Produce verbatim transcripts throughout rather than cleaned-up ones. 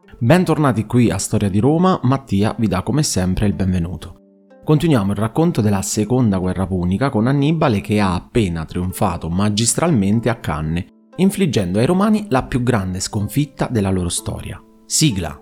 Bentornati qui a Storia di Roma, Mattia vi dà come sempre il benvenuto. Continuiamo il racconto della seconda guerra punica con Annibale che ha appena trionfato magistralmente a Canne, infliggendo ai Romani la più grande sconfitta della loro storia. Sigla!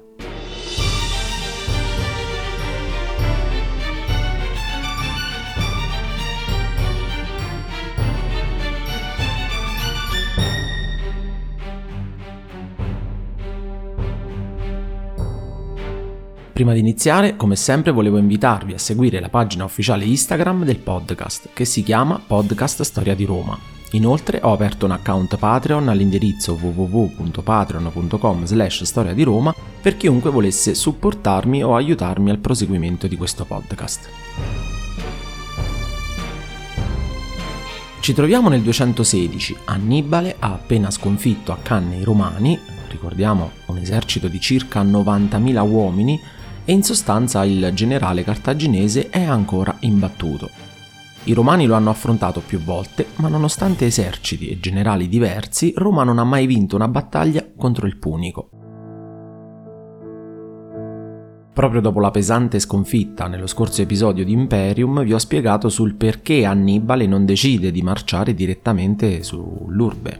Prima di iniziare, come sempre, volevo invitarvi a seguire la pagina ufficiale Instagram del podcast, che si chiama Podcast Storia di Roma. Inoltre ho aperto un account Patreon all'indirizzo w w w punto patreon punto com slash storia di Roma per chiunque volesse supportarmi o aiutarmi al proseguimento di questo podcast. Ci troviamo nel duecentosedici, Annibale ha appena sconfitto a Canne i Romani, ricordiamo un esercito di circa novantamila uomini, e in sostanza il generale cartaginese è ancora imbattuto. I Romani lo hanno affrontato più volte, ma nonostante eserciti e generali diversi, Roma non ha mai vinto una battaglia contro il Punico. Proprio dopo la pesante sconfitta nello scorso episodio di Imperium vi ho spiegato sul perché Annibale non decide di marciare direttamente sull'Urbe.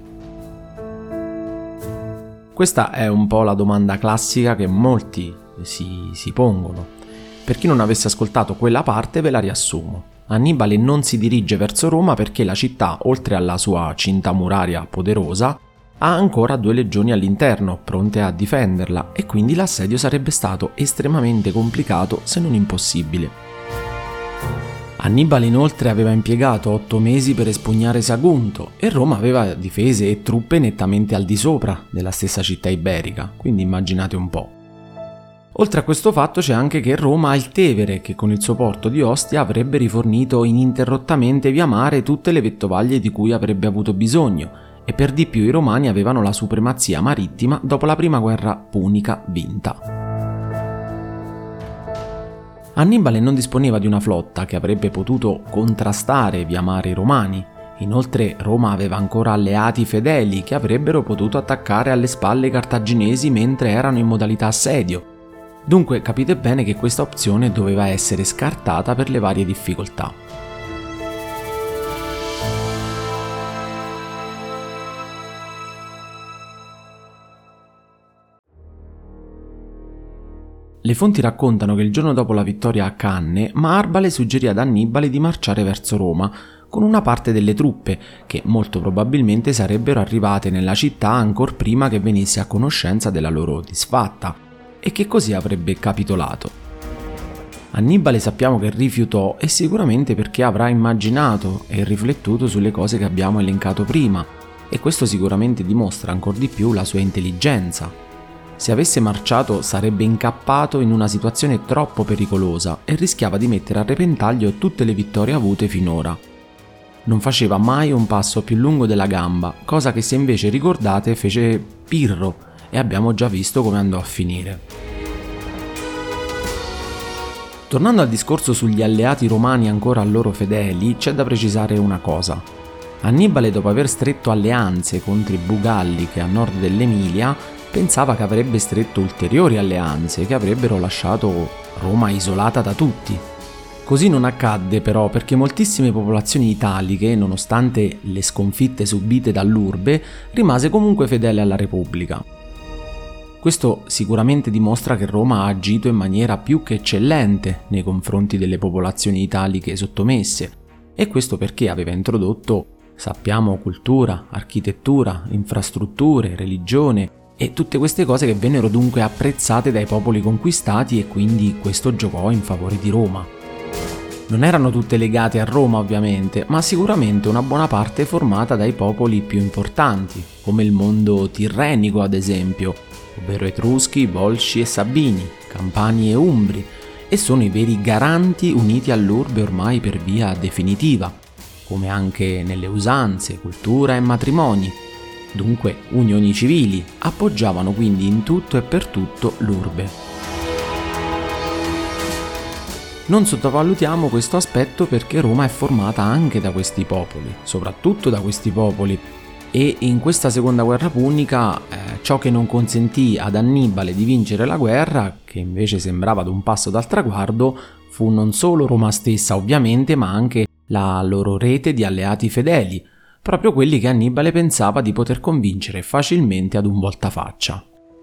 Questa è un po' la domanda classica che molti Si, si pongono. Per chi non avesse ascoltato quella parte ve la riassumo. Annibale non si dirige verso Roma perché la città, oltre alla sua cinta muraria poderosa, ha ancora due legioni all'interno, pronte a difenderla, e quindi l'assedio sarebbe stato estremamente complicato se non impossibile. Annibale inoltre aveva impiegato otto mesi per espugnare Sagunto e Roma aveva difese e truppe nettamente al di sopra della stessa città iberica, quindi immaginate un po'. Oltre a questo fatto c'è anche che Roma ha il Tevere, che con il suo porto di Ostia avrebbe rifornito ininterrottamente via mare tutte le vettovaglie di cui avrebbe avuto bisogno, e per di più i Romani avevano la supremazia marittima dopo la prima guerra punica vinta. Annibale non disponeva di una flotta che avrebbe potuto contrastare via mare i Romani. Inoltre Roma aveva ancora alleati fedeli che avrebbero potuto attaccare alle spalle i cartaginesi mentre erano in modalità assedio. Dunque capite bene che questa opzione doveva essere scartata per le varie difficoltà. Le fonti raccontano che il giorno dopo la vittoria a Canne, Marbale suggerì ad Annibale di marciare verso Roma con una parte delle truppe che molto probabilmente sarebbero arrivate nella città ancor prima che venisse a conoscenza della loro disfatta, e che così avrebbe capitolato. Annibale sappiamo che rifiutò, e sicuramente perché avrà immaginato e riflettuto sulle cose che abbiamo elencato prima, e questo sicuramente dimostra ancor di più la sua intelligenza. Se avesse marciato sarebbe incappato in una situazione troppo pericolosa e rischiava di mettere a repentaglio tutte le vittorie avute finora. Non faceva mai un passo più lungo della gamba, cosa che se invece ricordate fece Pirro, e abbiamo già visto come andò a finire. Tornando al discorso sugli alleati romani ancora a loro fedeli, c'è da precisare una cosa. Annibale, dopo aver stretto alleanze contro i Bugalli che a nord dell'Emilia, pensava che avrebbe stretto ulteriori alleanze che avrebbero lasciato Roma isolata da tutti. Così non accadde però, perché moltissime popolazioni italiche, nonostante le sconfitte subite dall'Urbe, rimase comunque fedele alla Repubblica. Questo sicuramente dimostra che Roma ha agito in maniera più che eccellente nei confronti delle popolazioni italiche sottomesse, e questo perché aveva introdotto, sappiamo, cultura, architettura, infrastrutture, religione e tutte queste cose che vennero dunque apprezzate dai popoli conquistati, e quindi questo giocò in favore di Roma. Non erano tutte legate a Roma ovviamente, ma sicuramente una buona parte formata dai popoli più importanti, come il mondo tirrenico ad esempio, ovvero Etruschi, Volsci e Sabini, Campani e Umbri, e sono i veri garanti uniti all'Urbe ormai per via definitiva, come anche nelle usanze, cultura e matrimoni. Dunque, unioni civili, appoggiavano quindi in tutto e per tutto l'Urbe. Non sottovalutiamo questo aspetto perché Roma è formata anche da questi popoli, soprattutto da questi popoli, e in questa seconda guerra punica eh, ciò che non consentì ad Annibale di vincere la guerra, che invece sembrava ad un passo dal traguardo, fu non solo Roma stessa ovviamente, ma anche la loro rete di alleati fedeli, proprio quelli che Annibale pensava di poter convincere facilmente ad un voltafaccia.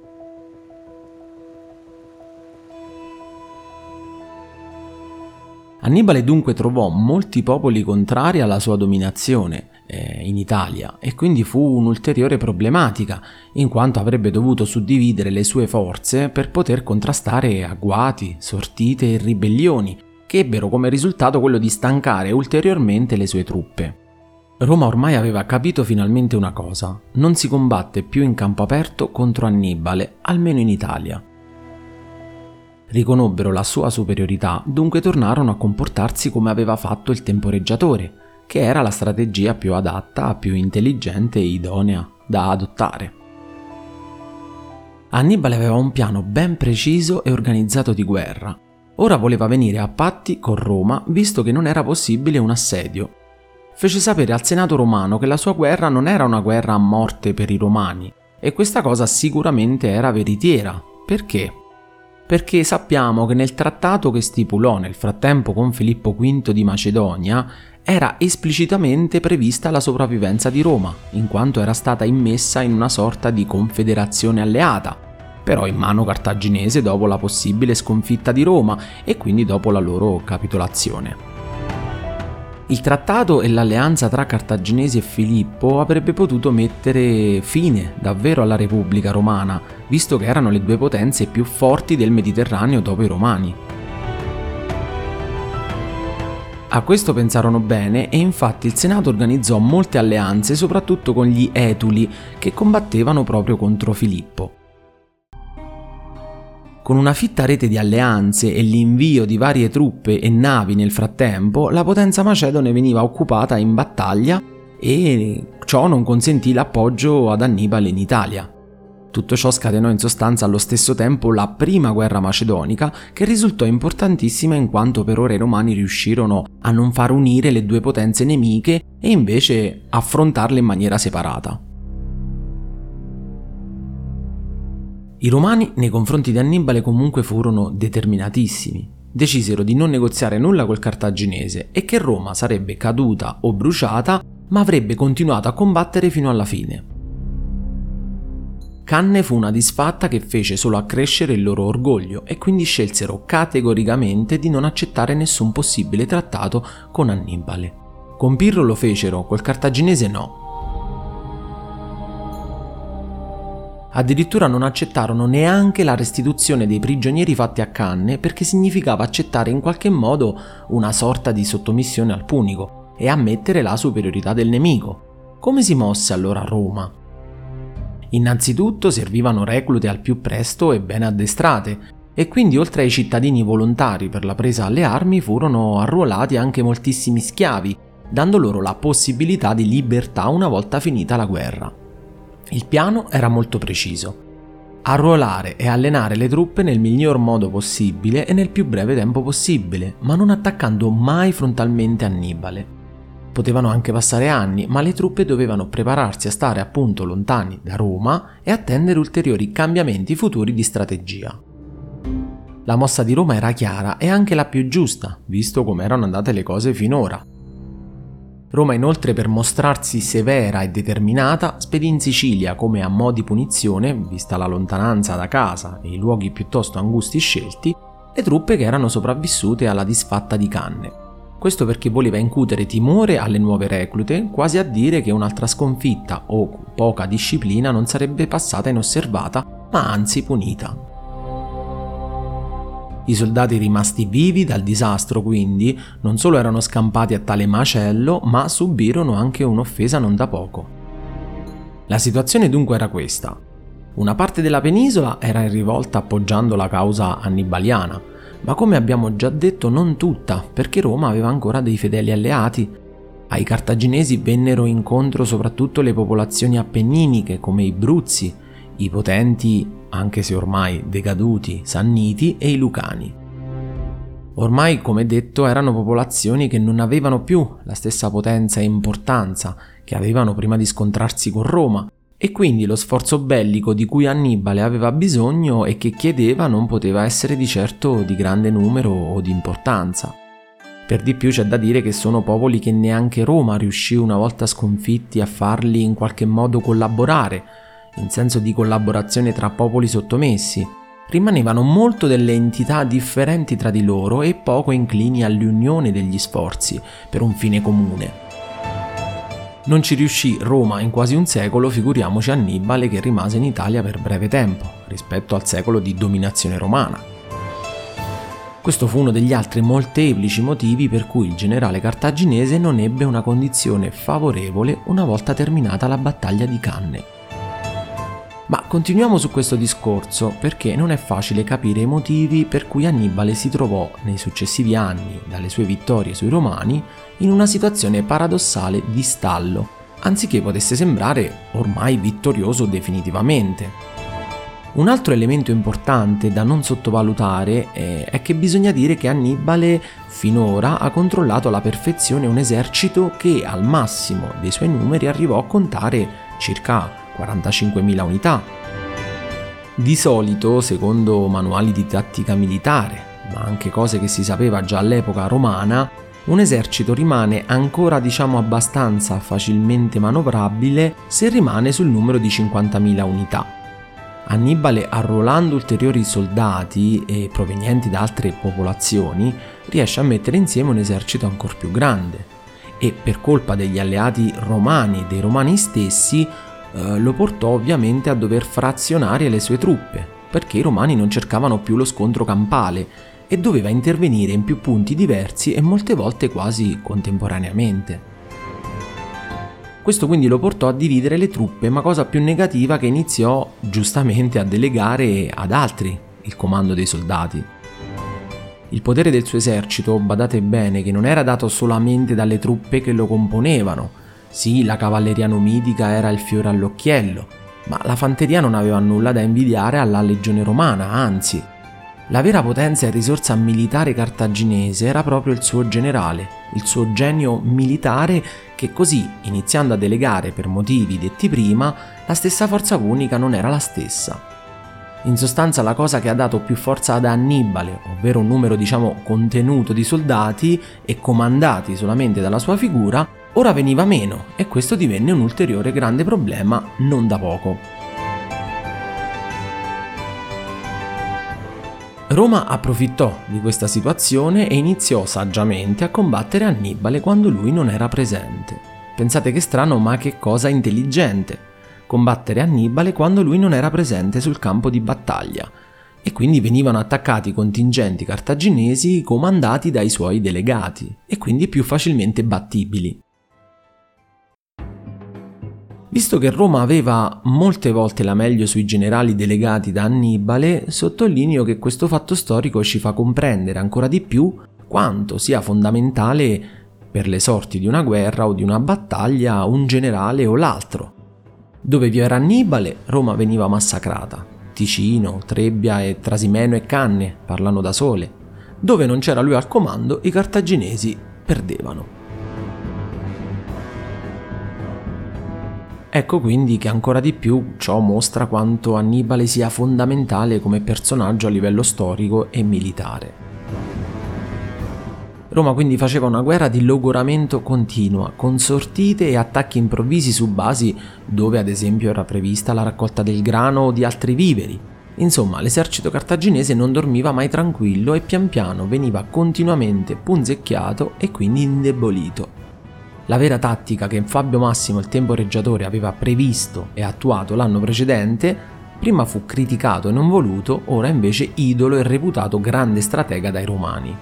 Annibale dunque trovò molti popoli contrari alla sua dominazione eh, in Italia e quindi fu un'ulteriore problematica, in quanto avrebbe dovuto suddividere le sue forze per poter contrastare agguati, sortite e ribellioni, che ebbero come risultato quello di stancare ulteriormente le sue truppe. Roma ormai aveva capito finalmente una cosa: non si combatte più in campo aperto contro Annibale, almeno in Italia. Riconobbero la sua superiorità, dunque tornarono a comportarsi come aveva fatto il temporeggiatore, che era la strategia più adatta, più intelligente e idonea da adottare. Annibale aveva un piano ben preciso e organizzato di guerra. Ora voleva venire a patti con Roma, visto che non era possibile un assedio. Fece sapere al Senato romano che la sua guerra non era una guerra a morte per i romani, e questa cosa sicuramente era veritiera. Perché? Perché sappiamo che nel trattato che stipulò nel frattempo con Filippo quinto di Macedonia era esplicitamente prevista la sopravvivenza di Roma, in quanto era stata immessa in una sorta di confederazione alleata, però in mano cartaginese dopo la possibile sconfitta di Roma e quindi dopo la loro capitolazione. Il trattato e l'alleanza tra cartaginesi e Filippo avrebbe potuto mettere fine davvero alla Repubblica Romana, visto che erano le due potenze più forti del Mediterraneo dopo i Romani. A questo pensarono bene e infatti il Senato organizzò molte alleanze, soprattutto con gli Etuli, che combattevano proprio contro Filippo. Con una fitta rete di alleanze e l'invio di varie truppe e navi nel frattempo, la potenza macedone veniva occupata in battaglia e ciò non consentì l'appoggio ad Annibale in Italia. Tutto ciò scatenò in sostanza allo stesso tempo la prima guerra macedonica, che risultò importantissima in quanto per ora i romani riuscirono a non far unire le due potenze nemiche e invece affrontarle in maniera separata. I romani nei confronti di Annibale comunque furono determinatissimi. Decisero di non negoziare nulla col cartaginese e che Roma sarebbe caduta o bruciata, ma avrebbe continuato a combattere fino alla fine. Canne fu una disfatta che fece solo accrescere il loro orgoglio e quindi scelsero categoricamente di non accettare nessun possibile trattato con Annibale. Con Pirro lo fecero, col cartaginese no. Addirittura non accettarono neanche la restituzione dei prigionieri fatti a Canne, perché significava accettare in qualche modo una sorta di sottomissione al punico e ammettere la superiorità del nemico. Come si mosse allora Roma? Innanzitutto servivano reclute al più presto e ben addestrate, e quindi oltre ai cittadini volontari per la presa alle armi furono arruolati anche moltissimi schiavi, dando loro la possibilità di libertà una volta finita la guerra. Il piano era molto preciso: arruolare e allenare le truppe nel miglior modo possibile e nel più breve tempo possibile, ma non attaccando mai frontalmente Annibale. Potevano anche passare anni, ma le truppe dovevano prepararsi a stare appunto lontani da Roma e attendere ulteriori cambiamenti futuri di strategia. La mossa di Roma era chiara e anche la più giusta, visto come erano andate le cose finora. Roma inoltre, per mostrarsi severa e determinata, spedì in Sicilia come a mo' di punizione, vista la lontananza da casa e i luoghi piuttosto angusti scelti, le truppe che erano sopravvissute alla disfatta di Canne. Questo perché voleva incutere timore alle nuove reclute, quasi a dire che un'altra sconfitta o poca disciplina non sarebbe passata inosservata, ma anzi punita. I soldati rimasti vivi dal disastro, quindi, non solo erano scampati a tale macello, ma subirono anche un'offesa non da poco. La situazione dunque era questa: una parte della penisola era in rivolta appoggiando la causa annibaliana, ma come abbiamo già detto non tutta, perché Roma aveva ancora dei fedeli alleati. Ai cartaginesi vennero incontro soprattutto le popolazioni appenniniche come i Bruzzi, i potenti, anche se ormai decaduti, Sanniti e i Lucani. Ormai, come detto, erano popolazioni che non avevano più la stessa potenza e importanza che avevano prima di scontrarsi con Roma, e quindi lo sforzo bellico di cui Annibale aveva bisogno e che chiedeva non poteva essere di certo di grande numero o di importanza. Per di più c'è da dire che sono popoli che neanche Roma riuscì una volta sconfitti a farli in qualche modo collaborare, in senso di collaborazione tra popoli sottomessi. Rimanevano molto delle entità differenti tra di loro e poco inclini all'unione degli sforzi per un fine comune. Non ci riuscì Roma in quasi un secolo, figuriamoci Annibale che rimase in Italia per breve tempo, rispetto al secolo di dominazione romana. Questo fu uno degli altri molteplici motivi per cui il generale cartaginese non ebbe una condizione favorevole una volta terminata la battaglia di Canne. Ma continuiamo su questo discorso perché non è facile capire i motivi per cui Annibale si trovò nei successivi anni, dalle sue vittorie sui Romani, in una situazione paradossale di stallo, anziché potesse sembrare ormai vittorioso definitivamente. Un altro elemento importante da non sottovalutare è, è che bisogna dire che Annibale finora ha controllato alla perfezione un esercito che al massimo dei suoi numeri arrivò a contare circa quarantacinquemila unità. Di solito, secondo manuali di tattica militare, ma anche cose che si sapeva già all'epoca romana, un esercito rimane ancora diciamo abbastanza facilmente manovrabile se rimane sul numero di cinquantamila unità. Annibale, arruolando ulteriori soldati e provenienti da altre popolazioni, riesce a mettere insieme un esercito ancor più grande e per colpa degli alleati romani e dei romani stessi eh, lo portò ovviamente a dover frazionare le sue truppe, perché i romani non cercavano più lo scontro campale e doveva intervenire in più punti diversi e molte volte quasi contemporaneamente. Questo quindi lo portò a dividere le truppe, ma cosa più negativa che iniziò giustamente a delegare ad altri il comando dei soldati. Il potere del suo esercito, badate bene, che non era dato solamente dalle truppe che lo componevano. Sì, la cavalleria numidica era il fiore all'occhiello, ma la fanteria non aveva nulla da invidiare alla legione romana, anzi. La vera potenza e risorsa militare cartaginese era proprio il suo generale, il suo genio militare che così, iniziando a delegare per motivi detti prima, la stessa forza punica non era la stessa. In sostanza la cosa che ha dato più forza ad Annibale, ovvero un numero diciamo contenuto di soldati e comandati solamente dalla sua figura, ora veniva meno e questo divenne un ulteriore grande problema non da poco. Roma approfittò di questa situazione e iniziò saggiamente a combattere Annibale quando lui non era presente. Pensate che strano, ma che cosa intelligente! Combattere Annibale quando lui non era presente sul campo di battaglia. E quindi venivano attaccati contingenti cartaginesi comandati dai suoi delegati, e quindi più facilmente battibili. Visto che Roma aveva molte volte la meglio sui generali delegati da Annibale, sottolineo che questo fatto storico ci fa comprendere ancora di più quanto sia fondamentale per le sorti di una guerra o di una battaglia un generale o l'altro. Dove vi era Annibale, Roma veniva massacrata. Ticino, Trebbia e Trasimeno e Canne parlano da sole. Dove non c'era lui al comando, i cartaginesi perdevano. Ecco quindi che ancora di più ciò mostra quanto Annibale sia fondamentale come personaggio a livello storico e militare. Roma quindi faceva una guerra di logoramento continua, con sortite e attacchi improvvisi su basi dove ad esempio era prevista la raccolta del grano o di altri viveri. Insomma, l'esercito cartaginese non dormiva mai tranquillo e pian piano veniva continuamente punzecchiato e quindi indebolito. La vera tattica che Fabio Massimo, il temporeggiatore, aveva previsto e attuato l'anno precedente, prima fu criticato e non voluto, ora invece idolo e reputato grande stratega dai romani.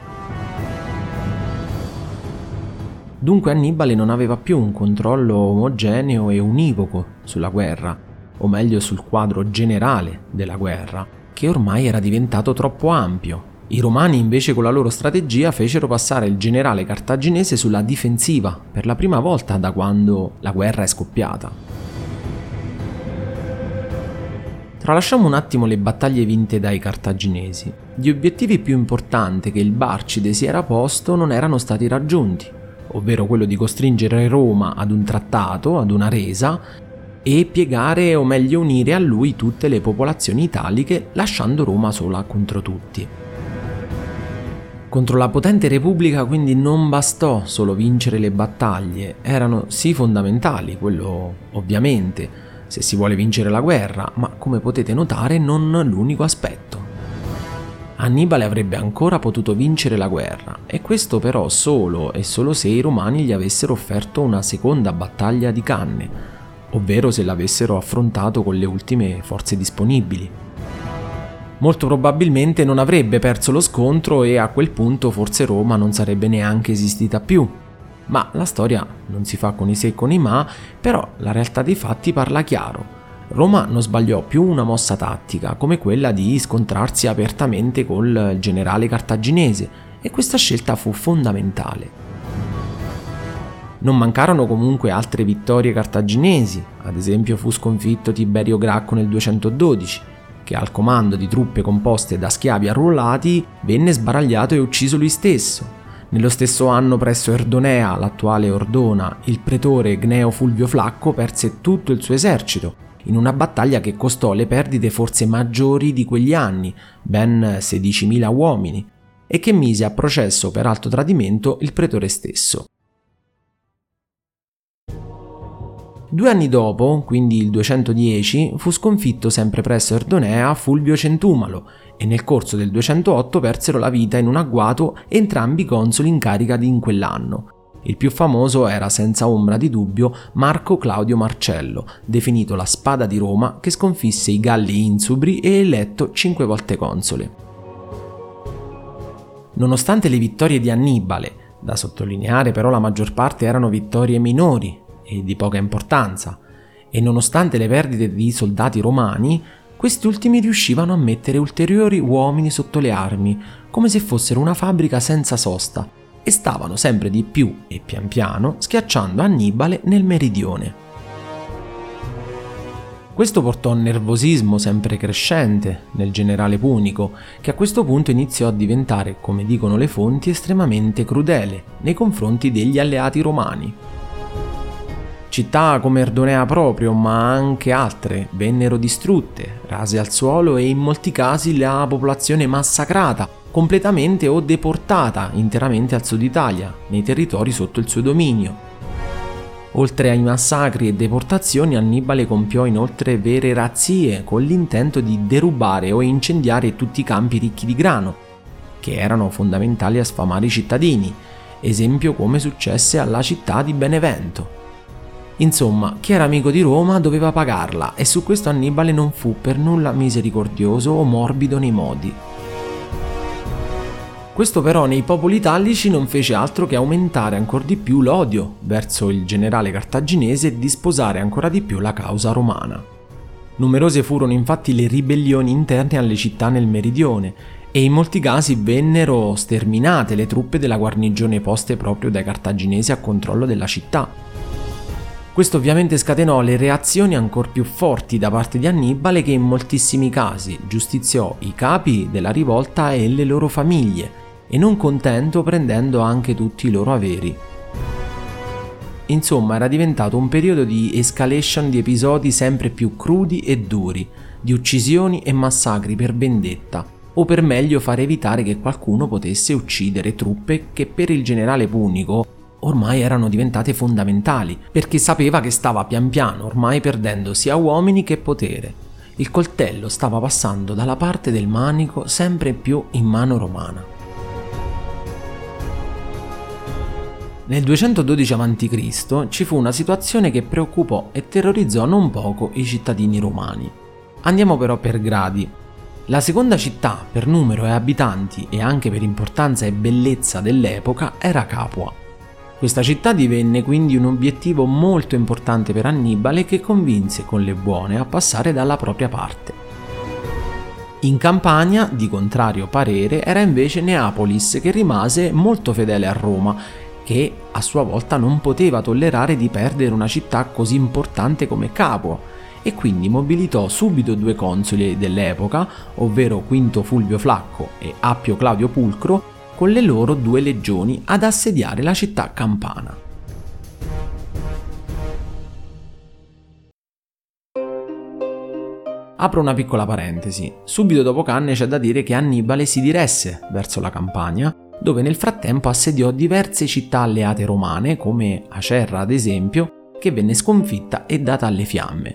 Dunque Annibale non aveva più un controllo omogeneo e univoco sulla guerra, o meglio sul quadro generale della guerra, che ormai era diventato troppo ampio. I romani invece con la loro strategia fecero passare il generale cartaginese sulla difensiva per la prima volta da quando la guerra è scoppiata. Tralasciamo un attimo le battaglie vinte dai cartaginesi. Gli obiettivi più importanti che il Barcide si era posto non erano stati raggiunti. ovvero quello di costringere Roma ad un trattato, ad una resa, e piegare o meglio unire a lui tutte le popolazioni italiche, lasciando Roma sola contro tutti. Contro la potente Repubblica quindi non bastò solo vincere le battaglie, erano sì fondamentali, quello ovviamente, se si vuole vincere la guerra, ma come potete notare non l'unico aspetto. Annibale avrebbe ancora potuto vincere la guerra, e questo però solo e solo se i Romani gli avessero offerto una seconda battaglia di canne, ovvero se l'avessero affrontato con le ultime forze disponibili. Molto probabilmente non avrebbe perso lo scontro e a quel punto forse Roma non sarebbe neanche esistita più. Ma la storia non si fa con i se e con i ma, però la realtà dei fatti parla chiaro. Roma non sbagliò più una mossa tattica come quella di scontrarsi apertamente col generale cartaginese, e questa scelta fu fondamentale. Non mancarono comunque altre vittorie cartaginesi, ad esempio fu sconfitto Tiberio Gracco nel duecentododici, che al comando di truppe composte da schiavi arruolati venne sbaragliato e ucciso lui stesso. Nello stesso anno presso Erdonea, l'attuale Ordona, il pretore Gneo Fulvio Flacco perse tutto il suo esercito, in una battaglia che costò le perdite forse maggiori di quegli anni, ben sedicimila uomini, e che mise a processo per alto tradimento il pretore stesso. Due anni dopo, quindi il duecentodieci, fu sconfitto sempre presso Erdonea Fulvio Centumalo, e nel corso del duecentootto persero la vita in un agguato entrambi i consoli in carica in quell'anno. Il più famoso era senza ombra di dubbio Marco Claudio Marcello, definito la Spada di Roma, che sconfisse i Galli insubri e eletto cinque volte console. Nonostante le vittorie di Annibale, da sottolineare però la maggior parte erano vittorie minori e di poca importanza, e nonostante le perdite di soldati romani, questi ultimi riuscivano a mettere ulteriori uomini sotto le armi, come se fossero una fabbrica senza sosta, e stavano sempre di più e pian piano schiacciando Annibale nel meridione. Questo portò un nervosismo sempre crescente nel generale punico, che a questo punto iniziò a diventare, come dicono le fonti, estremamente crudele nei confronti degli alleati romani. Città come Erdonea proprio, ma anche altre, vennero distrutte, rase al suolo e in molti casi la popolazione massacrata, completamente o deportata interamente al sud Italia, nei territori sotto il suo dominio. Oltre ai massacri e deportazioni, Annibale compiò inoltre vere razzie con l'intento di derubare o incendiare tutti i campi ricchi di grano, che erano fondamentali a sfamare i cittadini, esempio come successe alla città di Benevento. Insomma, chi era amico di Roma doveva pagarla, e su questo Annibale non fu per nulla misericordioso o morbido nei modi. Questo però nei popoli italici non fece altro che aumentare ancora di più l'odio verso il generale cartaginese e disposare ancora di più la causa romana. Numerose furono infatti le ribellioni interne alle città nel meridione, e in molti casi vennero sterminate le truppe della guarnigione poste proprio dai cartaginesi a controllo della città. Questo ovviamente scatenò le reazioni ancor più forti da parte di Annibale, che in moltissimi casi giustiziò i capi della rivolta e le loro famiglie, e non contento prendendo anche tutti i loro averi. Insomma, era diventato un periodo di escalation di episodi sempre più crudi e duri, di uccisioni e massacri per vendetta, o per meglio far evitare che qualcuno potesse uccidere truppe che per il generale punico ormai erano diventate fondamentali, perché sapeva che stava pian piano ormai perdendo sia uomini che potere. Il coltello stava passando dalla parte del manico sempre più in mano romana. Nel duecentododici avanti Cristo ci fu una situazione che preoccupò e terrorizzò non poco i cittadini romani. Andiamo però per gradi. La seconda città per numero e abitanti, e anche per importanza e bellezza dell'epoca, era Capua. Questa città divenne quindi un obiettivo molto importante per Annibale, che convinse con le buone a passare dalla propria parte. In Campania, di contrario parere, era invece Neapolis, che rimase molto fedele a Roma, che a sua volta non poteva tollerare di perdere una città così importante come Capua, e quindi mobilitò subito due consoli dell'epoca, ovvero Quinto Fulvio Flacco e Appio Claudio Pulcro, con le loro due legioni ad assediare la città campana. Apro una piccola parentesi. Subito dopo Canne c'è da dire che Annibale si diresse verso la Campania, dove nel frattempo assediò diverse città alleate romane, come Acerra ad esempio, che venne sconfitta e data alle fiamme.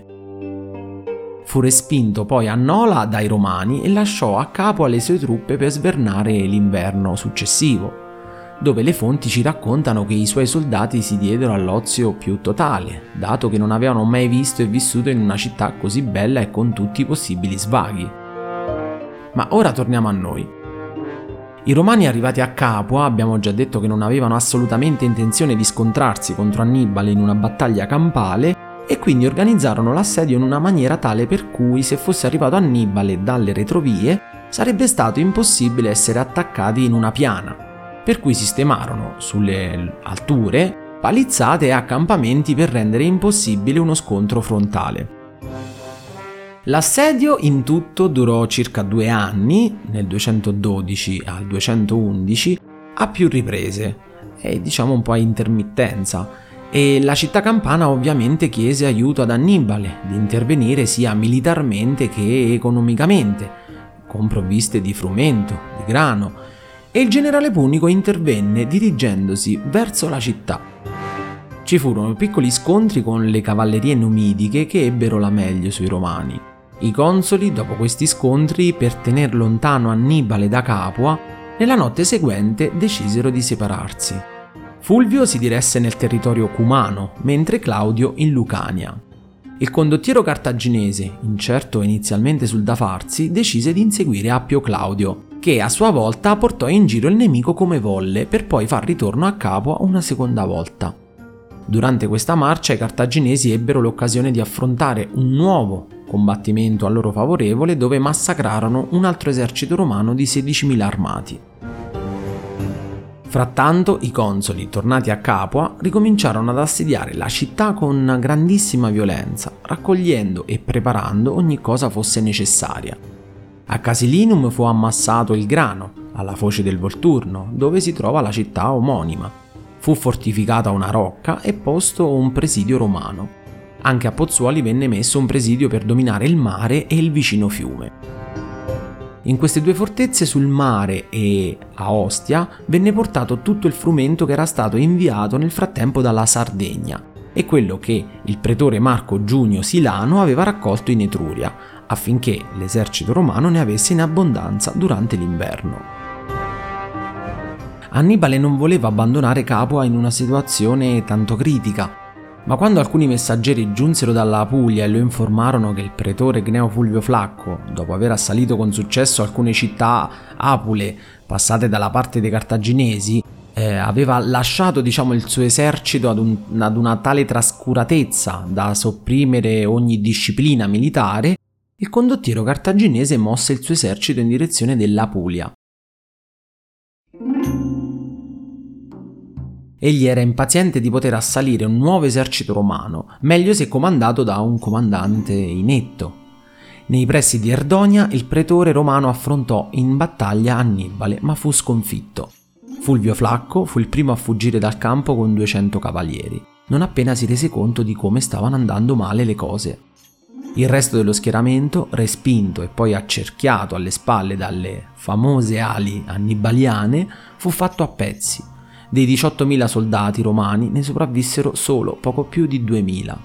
Fu respinto poi a Nola dai Romani e lasciò a Capua le sue truppe per svernare l'inverno successivo, dove le fonti ci raccontano che i suoi soldati si diedero all'ozio più totale, dato che non avevano mai visto e vissuto in una città così bella e con tutti i possibili svaghi. Ma ora torniamo a noi. I Romani arrivati a Capua, abbiamo già detto che non avevano assolutamente intenzione di scontrarsi contro Annibale in una battaglia campale, e quindi organizzarono l'assedio in una maniera tale per cui, se fosse arrivato Annibale dalle retrovie, sarebbe stato impossibile essere attaccati in una piana, per cui sistemarono sulle alture palizzate e accampamenti per rendere impossibile uno scontro frontale. L'assedio in tutto durò circa due anni, nel duecentododici al duecentoundici, a più riprese, e diciamo un po' a intermittenza. E la città campana ovviamente chiese aiuto ad Annibale di intervenire sia militarmente che economicamente, con provviste di frumento, di grano, e il generale punico intervenne dirigendosi verso la città. Ci furono piccoli scontri con le cavallerie numidiche che ebbero la meglio sui Romani. I consoli, dopo questi scontri, per tener lontano Annibale da Capua, nella notte seguente decisero di separarsi. Fulvio si diresse nel territorio cumano, mentre Claudio in Lucania. Il condottiero cartaginese, incerto inizialmente sul da farsi, decise di inseguire Appio Claudio, che a sua volta portò in giro il nemico come volle, per poi far ritorno a Capua una seconda volta. Durante questa marcia i cartaginesi ebbero l'occasione di affrontare un nuovo combattimento a loro favorevole, dove massacrarono un altro esercito romano di sedicimila armati. Frattanto i consoli, tornati a Capua, ricominciarono ad assediare la città con grandissima violenza, raccogliendo e preparando ogni cosa fosse necessaria. A Casilinum fu ammassato il grano, alla foce del Volturno, dove si trova la città omonima. Fu fortificata una rocca e posto un presidio romano. Anche a Pozzuoli venne messo un presidio per dominare il mare e il vicino fiume. In queste due fortezze sul mare e a Ostia venne portato tutto il frumento che era stato inviato nel frattempo dalla Sardegna e quello che il pretore Marco Giunio Silano aveva raccolto in Etruria, affinché l'esercito romano ne avesse in abbondanza durante l'inverno. Annibale non voleva abbandonare Capua in una situazione tanto critica, ma quando alcuni messaggeri giunsero dalla Puglia e lo informarono che il pretore Gneo Fulvio Flacco, dopo aver assalito con successo alcune città apule passate dalla parte dei cartaginesi, eh, aveva lasciato diciamo il suo esercito ad, un, ad una tale trascuratezza da sopprimere ogni disciplina militare, il condottiero cartaginese mosse il suo esercito in direzione della Puglia. Egli era impaziente di poter assalire un nuovo esercito romano, meglio se comandato da un comandante inetto. Nei pressi di Erdonia il pretore romano affrontò in battaglia Annibale, ma fu sconfitto. Fulvio Flacco fu il primo a fuggire dal campo con duecento cavalieri, non appena si rese conto di come stavano andando male le cose. Il resto dello schieramento, respinto e poi accerchiato alle spalle dalle famose ali annibaliane, fu fatto a pezzi. Dei diciottomila soldati romani ne sopravvissero solo poco più di duemila.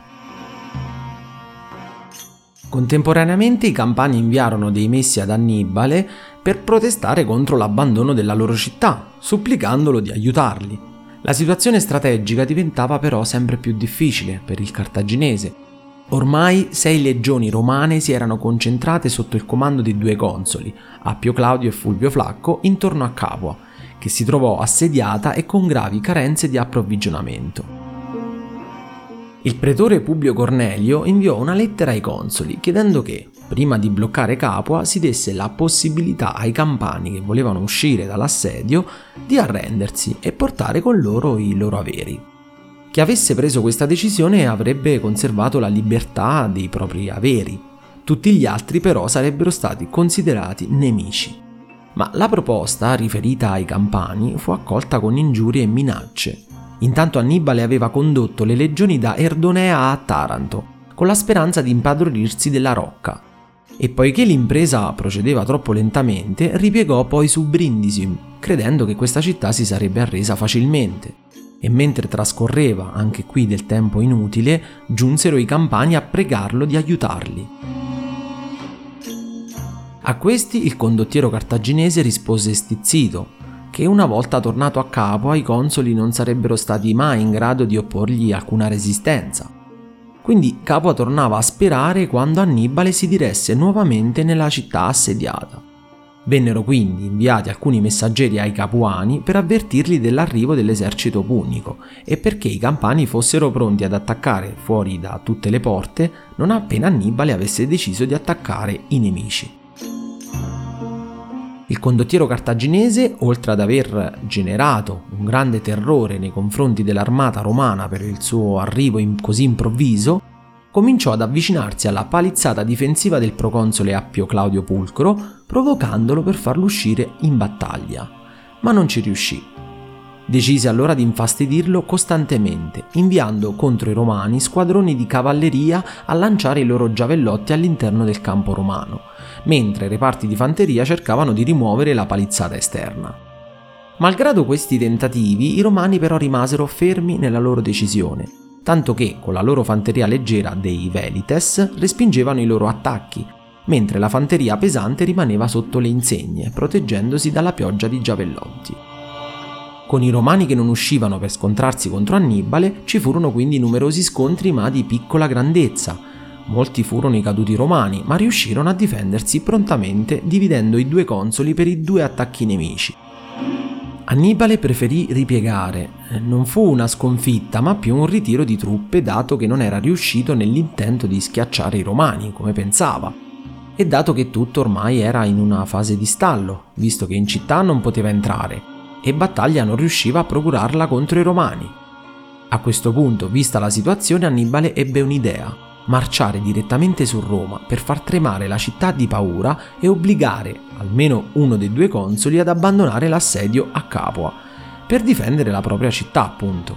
Contemporaneamente i campani inviarono dei messi ad Annibale per protestare contro l'abbandono della loro città, supplicandolo di aiutarli. La situazione strategica diventava però sempre più difficile per il cartaginese. Ormai sei legioni romane si erano concentrate sotto il comando di due consoli, Appio Claudio e Fulvio Flacco, intorno a Capua, che si trovò assediata e con gravi carenze di approvvigionamento. Il pretore Publio Cornelio inviò una lettera ai consoli chiedendo che, prima di bloccare Capua, si desse la possibilità ai campani che volevano uscire dall'assedio di arrendersi e portare con loro i loro averi. Chi avesse preso questa decisione avrebbe conservato la libertà dei propri averi. Tutti gli altri però sarebbero stati considerati nemici. Ma la proposta, riferita ai Campani, fu accolta con ingiurie e minacce. Intanto Annibale aveva condotto le legioni da Erdonea a Taranto, con la speranza di impadronirsi della Rocca. E poiché l'impresa procedeva troppo lentamente, ripiegò poi su Brindisi, credendo che questa città si sarebbe arresa facilmente. E mentre trascorreva anche qui del tempo inutile, giunsero i Campani a pregarlo di aiutarli. A questi il condottiero cartaginese rispose stizzito, che una volta tornato a capo ai consoli non sarebbero stati mai in grado di opporgli alcuna resistenza. Quindi Capua tornava a sperare quando Annibale si diresse nuovamente nella città assediata. Vennero quindi inviati alcuni messaggeri ai Capuani per avvertirli dell'arrivo dell'esercito punico e perché i Campani fossero pronti ad attaccare fuori da tutte le porte non appena Annibale avesse deciso di attaccare i nemici. Il condottiero cartaginese, oltre ad aver generato un grande terrore nei confronti dell'armata romana per il suo arrivo in così improvviso, cominciò ad avvicinarsi alla palizzata difensiva del proconsole Appio Claudio Pulcro, provocandolo per farlo uscire in battaglia. Ma non ci riuscì. Decise allora di infastidirlo costantemente, inviando contro i romani squadroni di cavalleria a lanciare i loro giavellotti all'interno del campo romano, mentre i reparti di fanteria cercavano di rimuovere la palizzata esterna. Malgrado questi tentativi, i romani però rimasero fermi nella loro decisione, tanto che con la loro fanteria leggera dei Velites respingevano i loro attacchi, mentre la fanteria pesante rimaneva sotto le insegne, proteggendosi dalla pioggia di giavellotti. Con i romani che non uscivano per scontrarsi contro Annibale, ci furono quindi numerosi scontri ma di piccola grandezza. Molti furono i caduti romani, ma riuscirono a difendersi prontamente dividendo i due consoli per i due attacchi nemici. Annibale preferì ripiegare. Non fu una sconfitta, ma più un ritiro di truppe, dato che non era riuscito nell'intento di schiacciare i romani, come pensava, e dato che tutto ormai era in una fase di stallo, visto che in città non poteva entrare, e battaglia non riusciva a procurarla contro i romani. A questo punto, vista la situazione, Annibale ebbe un'idea: marciare direttamente su Roma per far tremare la città di paura e obbligare almeno uno dei due consoli ad abbandonare l'assedio a Capua, per difendere la propria città, appunto.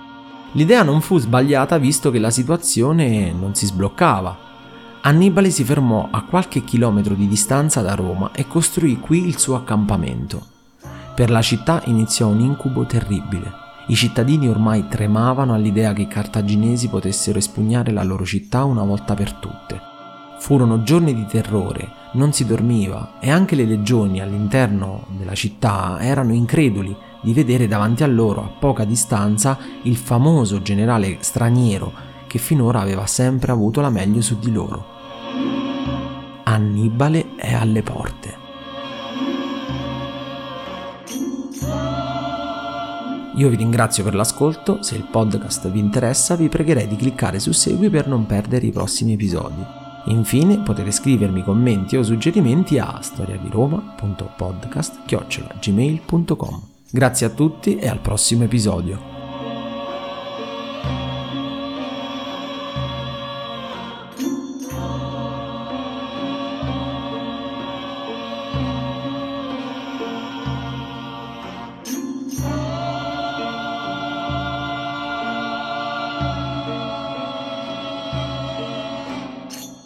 L'idea non fu sbagliata, visto che la situazione non si sbloccava. Annibale si fermò a qualche chilometro di distanza da Roma e costruì qui il suo accampamento. Per la città iniziò un incubo terribile. I cittadini ormai tremavano all'idea che i cartaginesi potessero espugnare la loro città una volta per tutte. Furono giorni di terrore, non si dormiva e anche le legioni all'interno della città erano increduli di vedere davanti a loro, a poca distanza, il famoso generale straniero che finora aveva sempre avuto la meglio su di loro. Annibale è alle porte. Io vi ringrazio per l'ascolto, se il podcast vi interessa vi pregherei di cliccare su segui per non perdere i prossimi episodi. Infine potete scrivermi commenti o suggerimenti a storiadiroma punto podcast chiocciola gmail punto com. Grazie a tutti e al prossimo episodio.